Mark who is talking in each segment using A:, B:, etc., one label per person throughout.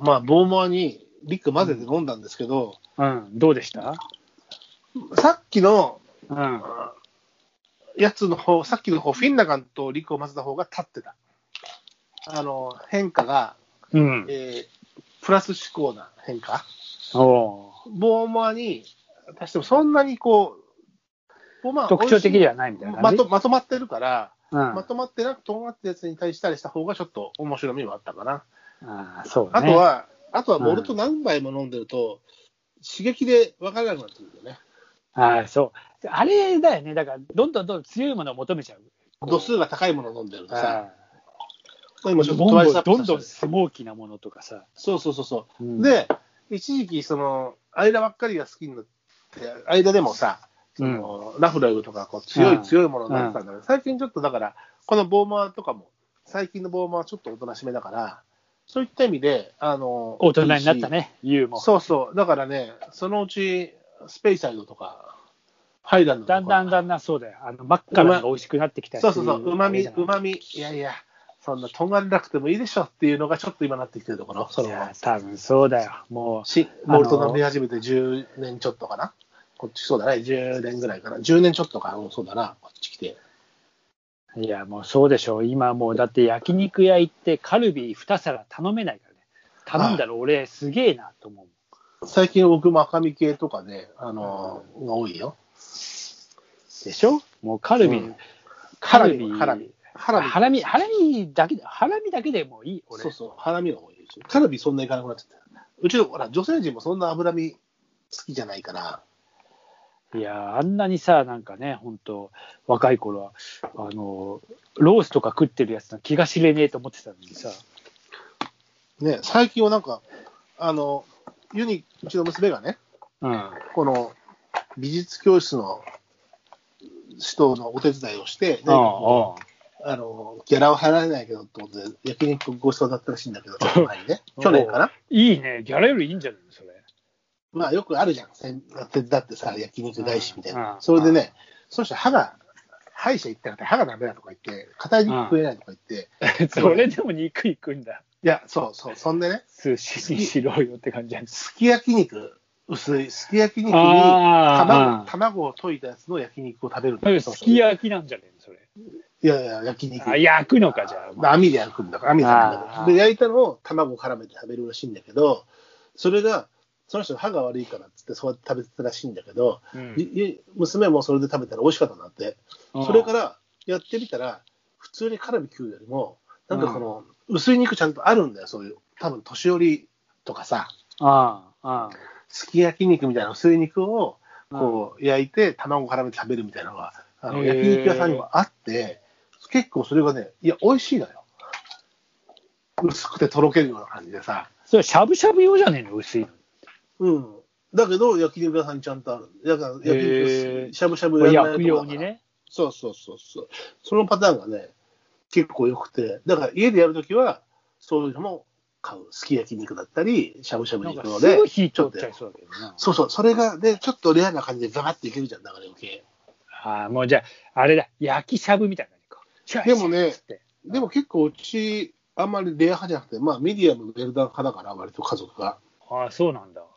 A: まあ、ボーモアにリック混ぜて飲んだんですけど、
B: どうでした？
A: さっきの、
B: うん。
A: やつの方、さっきの方、フィンナガンとリックを混ぜた方が立ってた。変化が、
B: うん。
A: プラス思考な変化。
B: お
A: ボーモアに足してもそんなにこう、ボーモア
B: 特徴的ではないみたいな感じ。
A: まとまってるから、
B: ま
A: とまってなくとんがったやつに対したりした方がちょっと面白みはあったかな。
B: そうね。
A: あとはモルト何杯も飲んでると、刺激で分からなくなってくるよね。
B: そう。あれだよね。だから、どんどん強いものを求めちゃう。
A: 度数が高いものを飲んでるとさ、
B: 今ちょっとトワイスアップさせてどんどんスモーキーなものとかさ。
A: そう。で、一時期、間ばっかりが好きになって、間でもさ、ラフラグとか強いものになってたんだけど、最近ちょっとだから、このボーマーとかも、最近のボーマーはちょっとおとなしめだから、そういった意味で、
B: 大人になったね、ユウも。
A: そう。だからね、そのうち、スペイサイドとか、ハイランドとか。
B: だんだんそうだよ。マッカラが美味しくなってきたり
A: そう。うまみ。いや、そんなとんがりなくてもいいでしょっていうのがちょっと今なってきてるところ。
B: いや、多分そうだよ。も
A: う、モルト飲み始めて10年ちょっとかな。こっちそうだね。10年ぐらいかな。10年ちょっとか。そうだな。こっち来て。
B: いや、もうそうでしょう。今もうだって焼肉屋行ってカルビ2皿頼めないからね。頼んだら俺すげえなと思う。
A: 最近僕も赤身系とかね、が多いよ。
B: でしょ？もうカルビ、ハラミだけでもいい。俺。
A: そう。ハラミが多いでしょ。カルビそんなにいかなくなっちゃった。うちのほら女性陣もそんな脂身好きじゃないから。
B: いや、あんなにさ、なんかね、本当若い頃は、ロースとか食ってるやつの気が知れねえと思ってたのにさ。
A: ね、最近はなんか、うちの娘がね、この美術教室の指導のお手伝いをして、ギャラは払えないけどと思って、焼肉ごちそうだったらしいんだけど、ちょっと前にね、去年かな。
B: いいね、ギャラよりいいんじゃないの、それ。
A: まあよくあるじゃん。手伝ってさ、焼肉返しみたいな。それでね、その人歯医者行ったら歯がダメだとか言って、硬い肉食えないとか言って。
B: それでも肉行くんだ。
A: いや、そう。そんでね。
B: 寿司にしろよって感じなんです。
A: すき焼き肉、薄い、すき焼き肉に卵を溶いたやつの焼肉を食べるんだよ。
B: すき焼きなんじゃねえの、それ。
A: いや、焼肉。
B: 焼くのか、じゃあ。
A: 網で焼くんだから、網で焼くんだから。で、焼いたのを卵を絡めて食べるらしいんだけど、それが、その人歯が悪いからっつってそうやって食べてたらしいんだけど、娘もそれで食べたら美味しかったなって。それからやってみたら、普通にカルビ食うよりも、なんかこの、薄い肉ちゃんとあるんだよ、そういう。多分、年寄りとかさ、すき焼き肉みたいな薄い肉を、こう、焼いて、卵絡めて食べるみたいなのが、焼肉屋さんにもあって、結構それがね、いや、美味しいのよ。薄くてとろけるような感じでさ。
B: それ、しゃぶしゃぶ用じゃねえの、薄いの。
A: だけど、焼肉屋さんにちゃんとある。だから、焼肉、しゃぶしゃぶ
B: 焼くようにね。
A: そう。そのパターンがね、結構良くて、だから家でやるときは、そういうのも買う。すき焼き肉だったり、しゃぶしゃぶ肉ので。
B: すぐ火通っちゃいそうだけどな。
A: そう。それが、で、ちょっとレアな感じでザバッていけるじゃん、だから余計。
B: もうじゃあ、あれだ、焼きしゃぶみたいな感じか。
A: でもね、でも結構うち、あんまりレア派じゃなくて、まあ、ミディアム、ウェルダン派だから、割と家族が。
B: そうなんだ。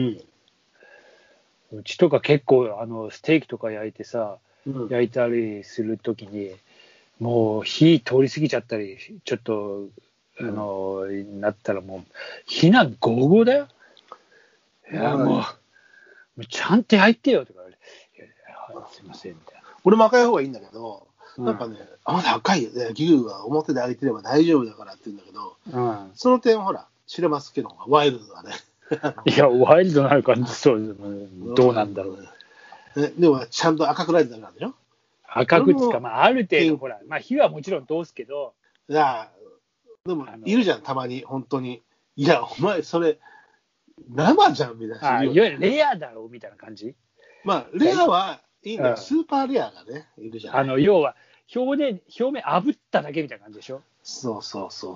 B: うちとか結構ステーキとか焼いてさ、焼いたりするときにもう火通り過ぎちゃったりちょっとなったらもう火なんゴーゴーだよ。いやもうちゃんと焼いてよとか言われて、すいませんみたいな。
A: 俺も赤い方がいいんだけど、なんかね、あまだ赤いよね、牛は表で焼いてれば大丈夫だからって言うんだけど、その点ほらシラマスケの方がワイルドだね。
B: いや、ワイルドな感じそうです。どうなんだろ
A: う。でも、ちゃんと赤くないとダメなんでしょ？
B: 赤くつか、まあ、ある程度、ほら、まあ、火はもちろん通すけど。
A: いや、でも、いるじゃん、たまに、本当に。いや、お前、それ、生じゃん、みたいな。
B: いわゆるレアだろ、みたいな感じ？
A: まあ、レアはいいんだよ。スーパーレアがね、いるじゃん。
B: 要は、表面炙っただけみたいな感じでしょ？
A: そう。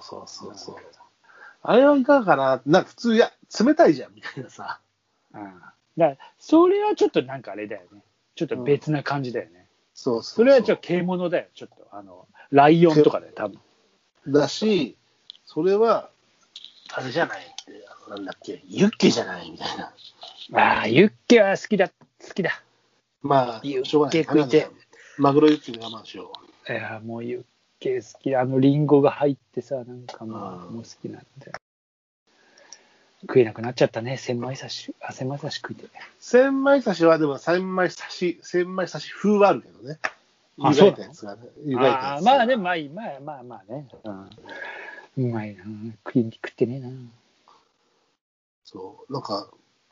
A: あれはいかがかな、なんか普通、いや、冷たいじゃん、みたいなさ。
B: だからそれはちょっとなんかあれだよね。ちょっと別な感じだよね。
A: そう。
B: それはちょっと獣だよ。ちょっと、ライオンとかだよ、多分。
A: だし、それは、あれじゃないって、 なんだっけ、ユッケじゃないみたいな。
B: ああ、ユッケは好きだ。
A: まあ、
B: ユッ
A: しょうがない。
B: ケ食いて。
A: マグロユッケで我慢しよ
B: う。いや、もうユッケ好き。リンゴが入ってさ、なんかもう好きなんで。食えなくなっちゃったね、千枚刺し食いて。
A: 千枚刺しはでも千枚刺し風はあるけどね。湯がいたやつがね。
B: まあね、まあね。うまいな。食ってねえな。
A: そう、なんか、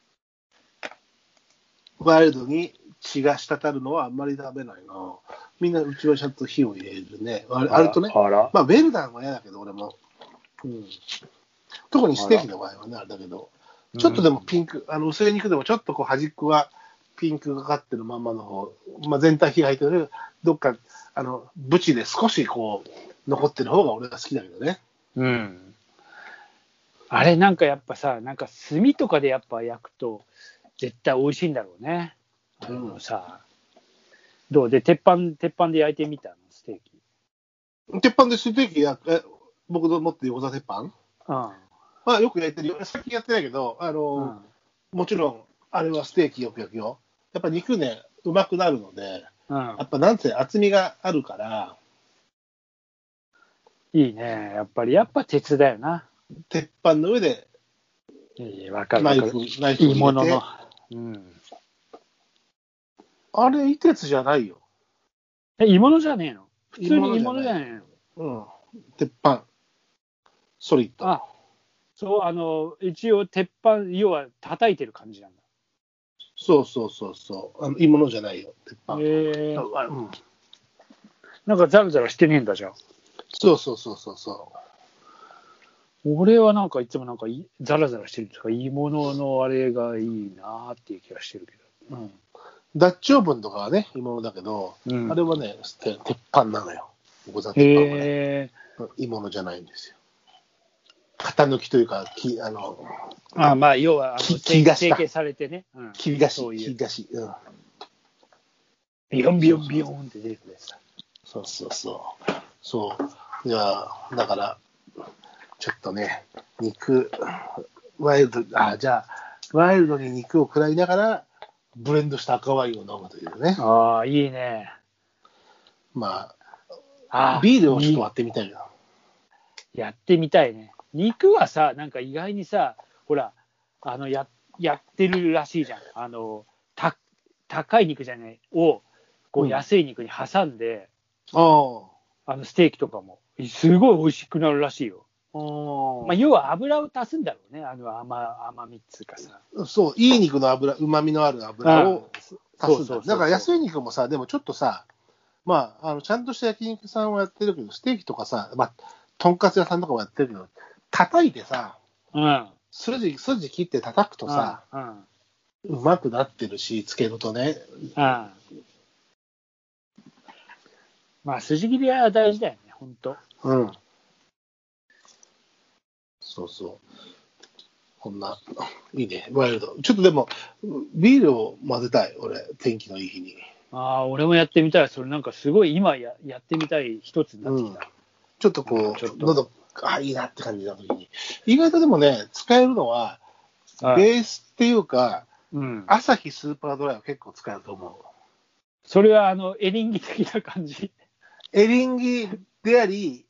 A: ワイルドに血が滴るのはあんまり食べないな。みんなうちはちゃんと火を入れるね。あるとね、まあ、ウェルダンは嫌だけど、俺も。特にステーキの場合はね、あれだけど、ちょっとでもピンク、薄い肉でもちょっとこう端っこはピンクがかってるまんまの方、まあ、全体火が入ってる、どっか、ブチで少しこう、残ってる方が俺が好きだけどね。
B: あれなんかやっぱさ、なんか炭とかでやっぱ焼くと、絶対美味しいんだろうね。どうで、鉄板で焼いてみたの、ステーキ。
A: 鉄板でステーキ僕の持ってる餃子鉄板まあ、よく焼いてるよ。最近やってないけど、もちろん、あれはステーキよく焼くよ。やっぱ肉ね、うまくなるので、やっぱなんせ厚みがあるから。
B: いいね。やっぱ鉄だよな。
A: 鉄板の上で、
B: わかる。
A: ナイフを入れて。
B: いいものの。
A: あれ、いい鉄じゃないよ。
B: 鋳物じゃねえの？普通に鋳物じゃねえの？
A: 鉄板。ソリッド。
B: そう、一応鉄板、要は叩いてる感じなんだ。
A: そう。鋳物じゃないよ、鉄板。
B: なんかザラザラしてねえんだじゃん。
A: そう。
B: 俺はなんかいつもなんかザラザラしてるんですか、鋳物のあれがいいなっていう気がしてるけど。
A: ダッチオーブンとかはね、鋳物だけど、あれはね、鉄板なのよ。鉄板はね。鋳物じゃないんですよ。型抜きというか、
B: まあ、要は、
A: 成
B: 形されてね。
A: 切り出し。
B: ビヨンビヨンって出てくるやつ。
A: そう。いや、だから、ちょっとね、ワイルドに肉を食らいながら、ブレンドした赤ワインを飲むというね。
B: いいね。
A: まあ、ビールをちょっと割ってみたいな。
B: やってみたいね。肉はさ、なんか意外にさ、ほら、やってるらしいじゃん。高い肉じゃないを、こう安い肉に挟んで、ステーキとかも、すごい美味しくなるらしいよ。まあ、要は油を足すんだろうね。甘みっつうかさ。
A: そう、いい肉の油、旨味のある油を足すんだ。だから安い肉もさ、でもちょっとさ、まあ、ちゃんとした焼肉さんはやってるけど、ステーキとかさ、まあ、とんかつ屋さんとかもやってるけど、叩いてさ、筋切って叩くとさ、うまくなってるし、つけるとね。
B: まあ、筋切りは大事だよね、ほんと。
A: そう。こんな、いいね、ワイルド。ちょっとでも、ビールを混ぜたい、俺、天気のいい日に。
B: 俺もやってみたい。それなんかすごい今やってみたい一つになってきた。
A: ちょっとこう、喉、いいなって感じたときに。意外とでもね、使えるのは、ベースっていうか、アサヒスーパードライは結構使えると思う。
B: それはエリンギ的な感じ？
A: エリンギであり、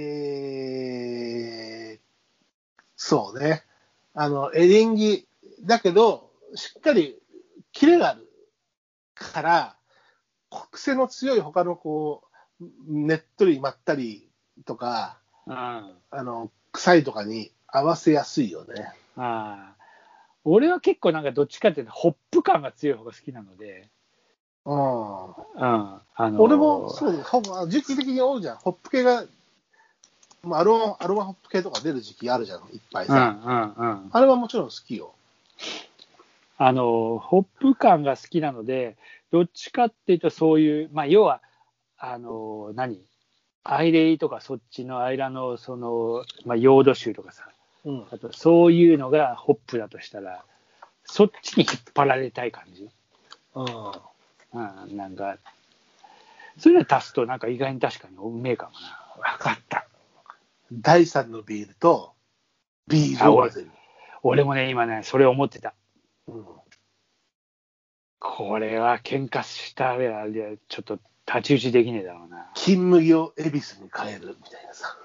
A: そうね。エリンギだけど、しっかりキレがあるから、癖の強い他のこう、ねっとりまったりとか、臭いとかに合わせやすいよね。
B: 俺は結構なんかどっちかっていうと、ホップ感が強い方が好きなので。
A: 俺もそう、時期的に多いじゃん。ホップ系が、アロマホップ系とか出る時期あるじゃん、いっぱいさ。あれはもちろん好きよ。
B: ホップ感が好きなので、どっちかっていうとそういう、まあ要は、アイレイとかそっちの間の用土臭とかさ、あとそういうのがホップだとしたら、そっちに引っ張られたい感じ。なんか、そういうの足すとなんか意外に確かにうめえかもな。
A: 分かった。第3のビールとビールを混ぜる。
B: 俺もね、今ね、それ思ってた。
A: うん、
B: これは喧嘩したら、ちょっと太刀打ちできねえだろうな。
A: 金麦を恵比寿に変えるみたいなさ。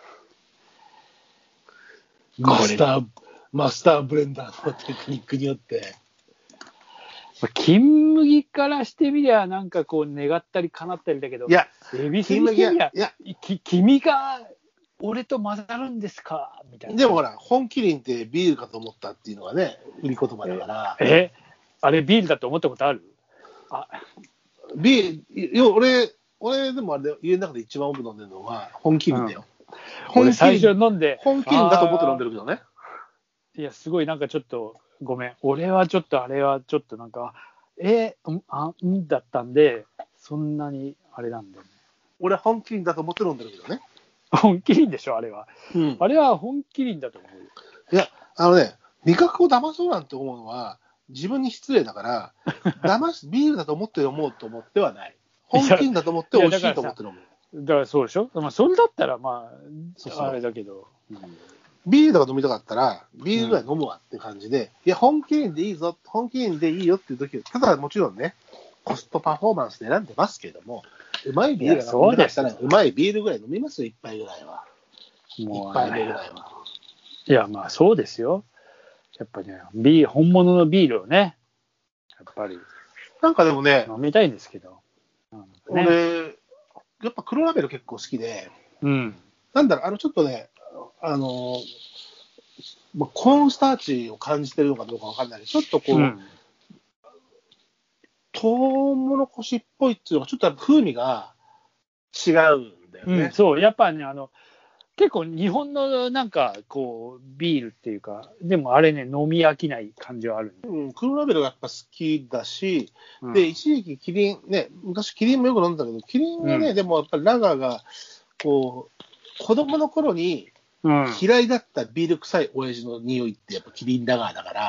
A: マスターブレンダーのテクニックによって。
B: 金麦からしてみりゃ、なんかこう、願ったり叶ったりだけど、
A: いや、
B: 恵比寿にしてみりゃ、君が俺と混ざるんですかみたいな。
A: でもほら、本麒麟ってビールかと思ったっていうのがね、売り言葉だから。
B: あれビールだと思ったことある？
A: ビール、俺でもあれ、家の中で一番多く飲んでるのは本麒麟だよ。
B: 俺最初飲んで。
A: 本麒麟だと思って飲んでるけどね。
B: いや、すごいなんかちょっと、ごめん。俺はちょっとあれはちょっとなんか、だったんで、そんなにあれなんだよね。
A: 俺本麒麟だと思って飲んでるけどね。
B: 本麒麟でしょ、あれは。あれは本麒麟だと思うよ。
A: いや、味覚を騙そうなんて思うのは、自分に失礼だから、ビールだと思って飲もうと思ってはない。本麒麟だと思って美味しいと思って飲む。
B: だからそうでしょ。それだったらまあ、あれだけど。
A: ビールとか飲みたかったら、ビールぐらい飲むわって感じで、いや、本麒麟でいいぞ、本麒麟でいいよっていう時は、ただもちろんね、コストパフォーマンスで選んでますけども、うまいビールが飲みたかったら、うまいビールぐらい飲みますよ、一杯ぐらいは。一杯目ぐらいは。
B: いや、まあそうですよ。やっぱね、本物のビールをね、やっぱり。
A: なんかでもね、
B: 飲みたいんですけど。
A: 俺、やっぱ黒ラベル結構好きで、なんだろう、ちょっとね、コーンスターチを感じてるのかどうかわかんないけど、ちょっとこう、トウモロコシっぽいっていうのが、ちょっと風味が違うんだよね。
B: そう、やっぱね、結構日本のなんかこう、ビールっていうか、でもあれね、飲み飽きない感じはある。
A: 黒ラベルがやっぱ好きだし、で、一時期キリン、ね、昔キリンもよく飲んだけど、キリンはね、でもやっぱりラガーが、こう、子供の頃に、嫌いだったビール臭い親父の匂いってやっぱキリンラガーだから。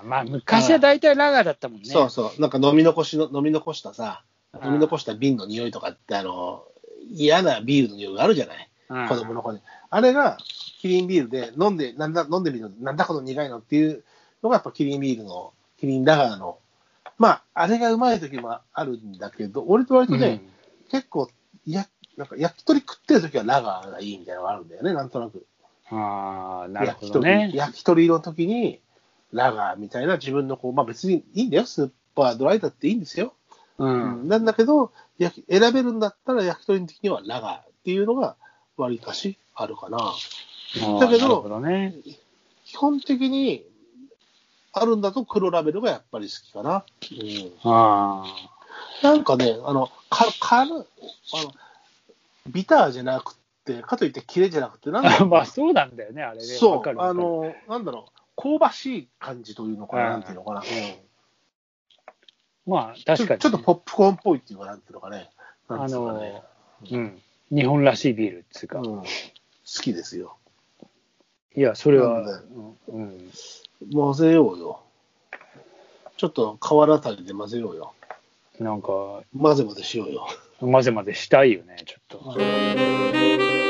B: まあ昔は大体ラガーだったもんね。
A: そうそう。なんか飲み残した瓶の匂いとかって嫌なビールの匂いがあるじゃない。子供の子に。あれがキリンビールで飲んでみるとなんだこの苦いのっていうのがやっぱキリンビールの、キリンラガーの。まあ、あれがうまい時もあるんだけど、割とね、結構、なんか焼き鳥食ってる時はラガーがいいみたいなのがあるんだよね、なんとなく。
B: なるほどね。
A: 焼き鳥の時にラガーみたいな自分のまあ別にいいんだよ、スーパードライだっていいんですよ。なんだけど、選べるんだったら焼き鳥の時にはラガーっていうのが割かしあるかな。だけど、基本的にあるんだと黒ラベルがやっぱり好きかな。なんかね、ビターじゃなくて、かといってキレじゃなくて、なんだろう。
B: まあそうなんだよね、あれね。
A: そう、なんだろう、香ばしい感じというのかな、なんていうのかな。
B: まあ確かに。
A: ちょっとポップコーンっぽいっていうか、なんていうのかね。
B: 日本らしいビールっていうか。
A: 好きですよ。
B: いや、それは。
A: 混ぜようよ。ちょっと河原あたりで混ぜようよ。
B: なんか。
A: 混ぜしようよ。
B: 混ぜしたいよね、ちょっと。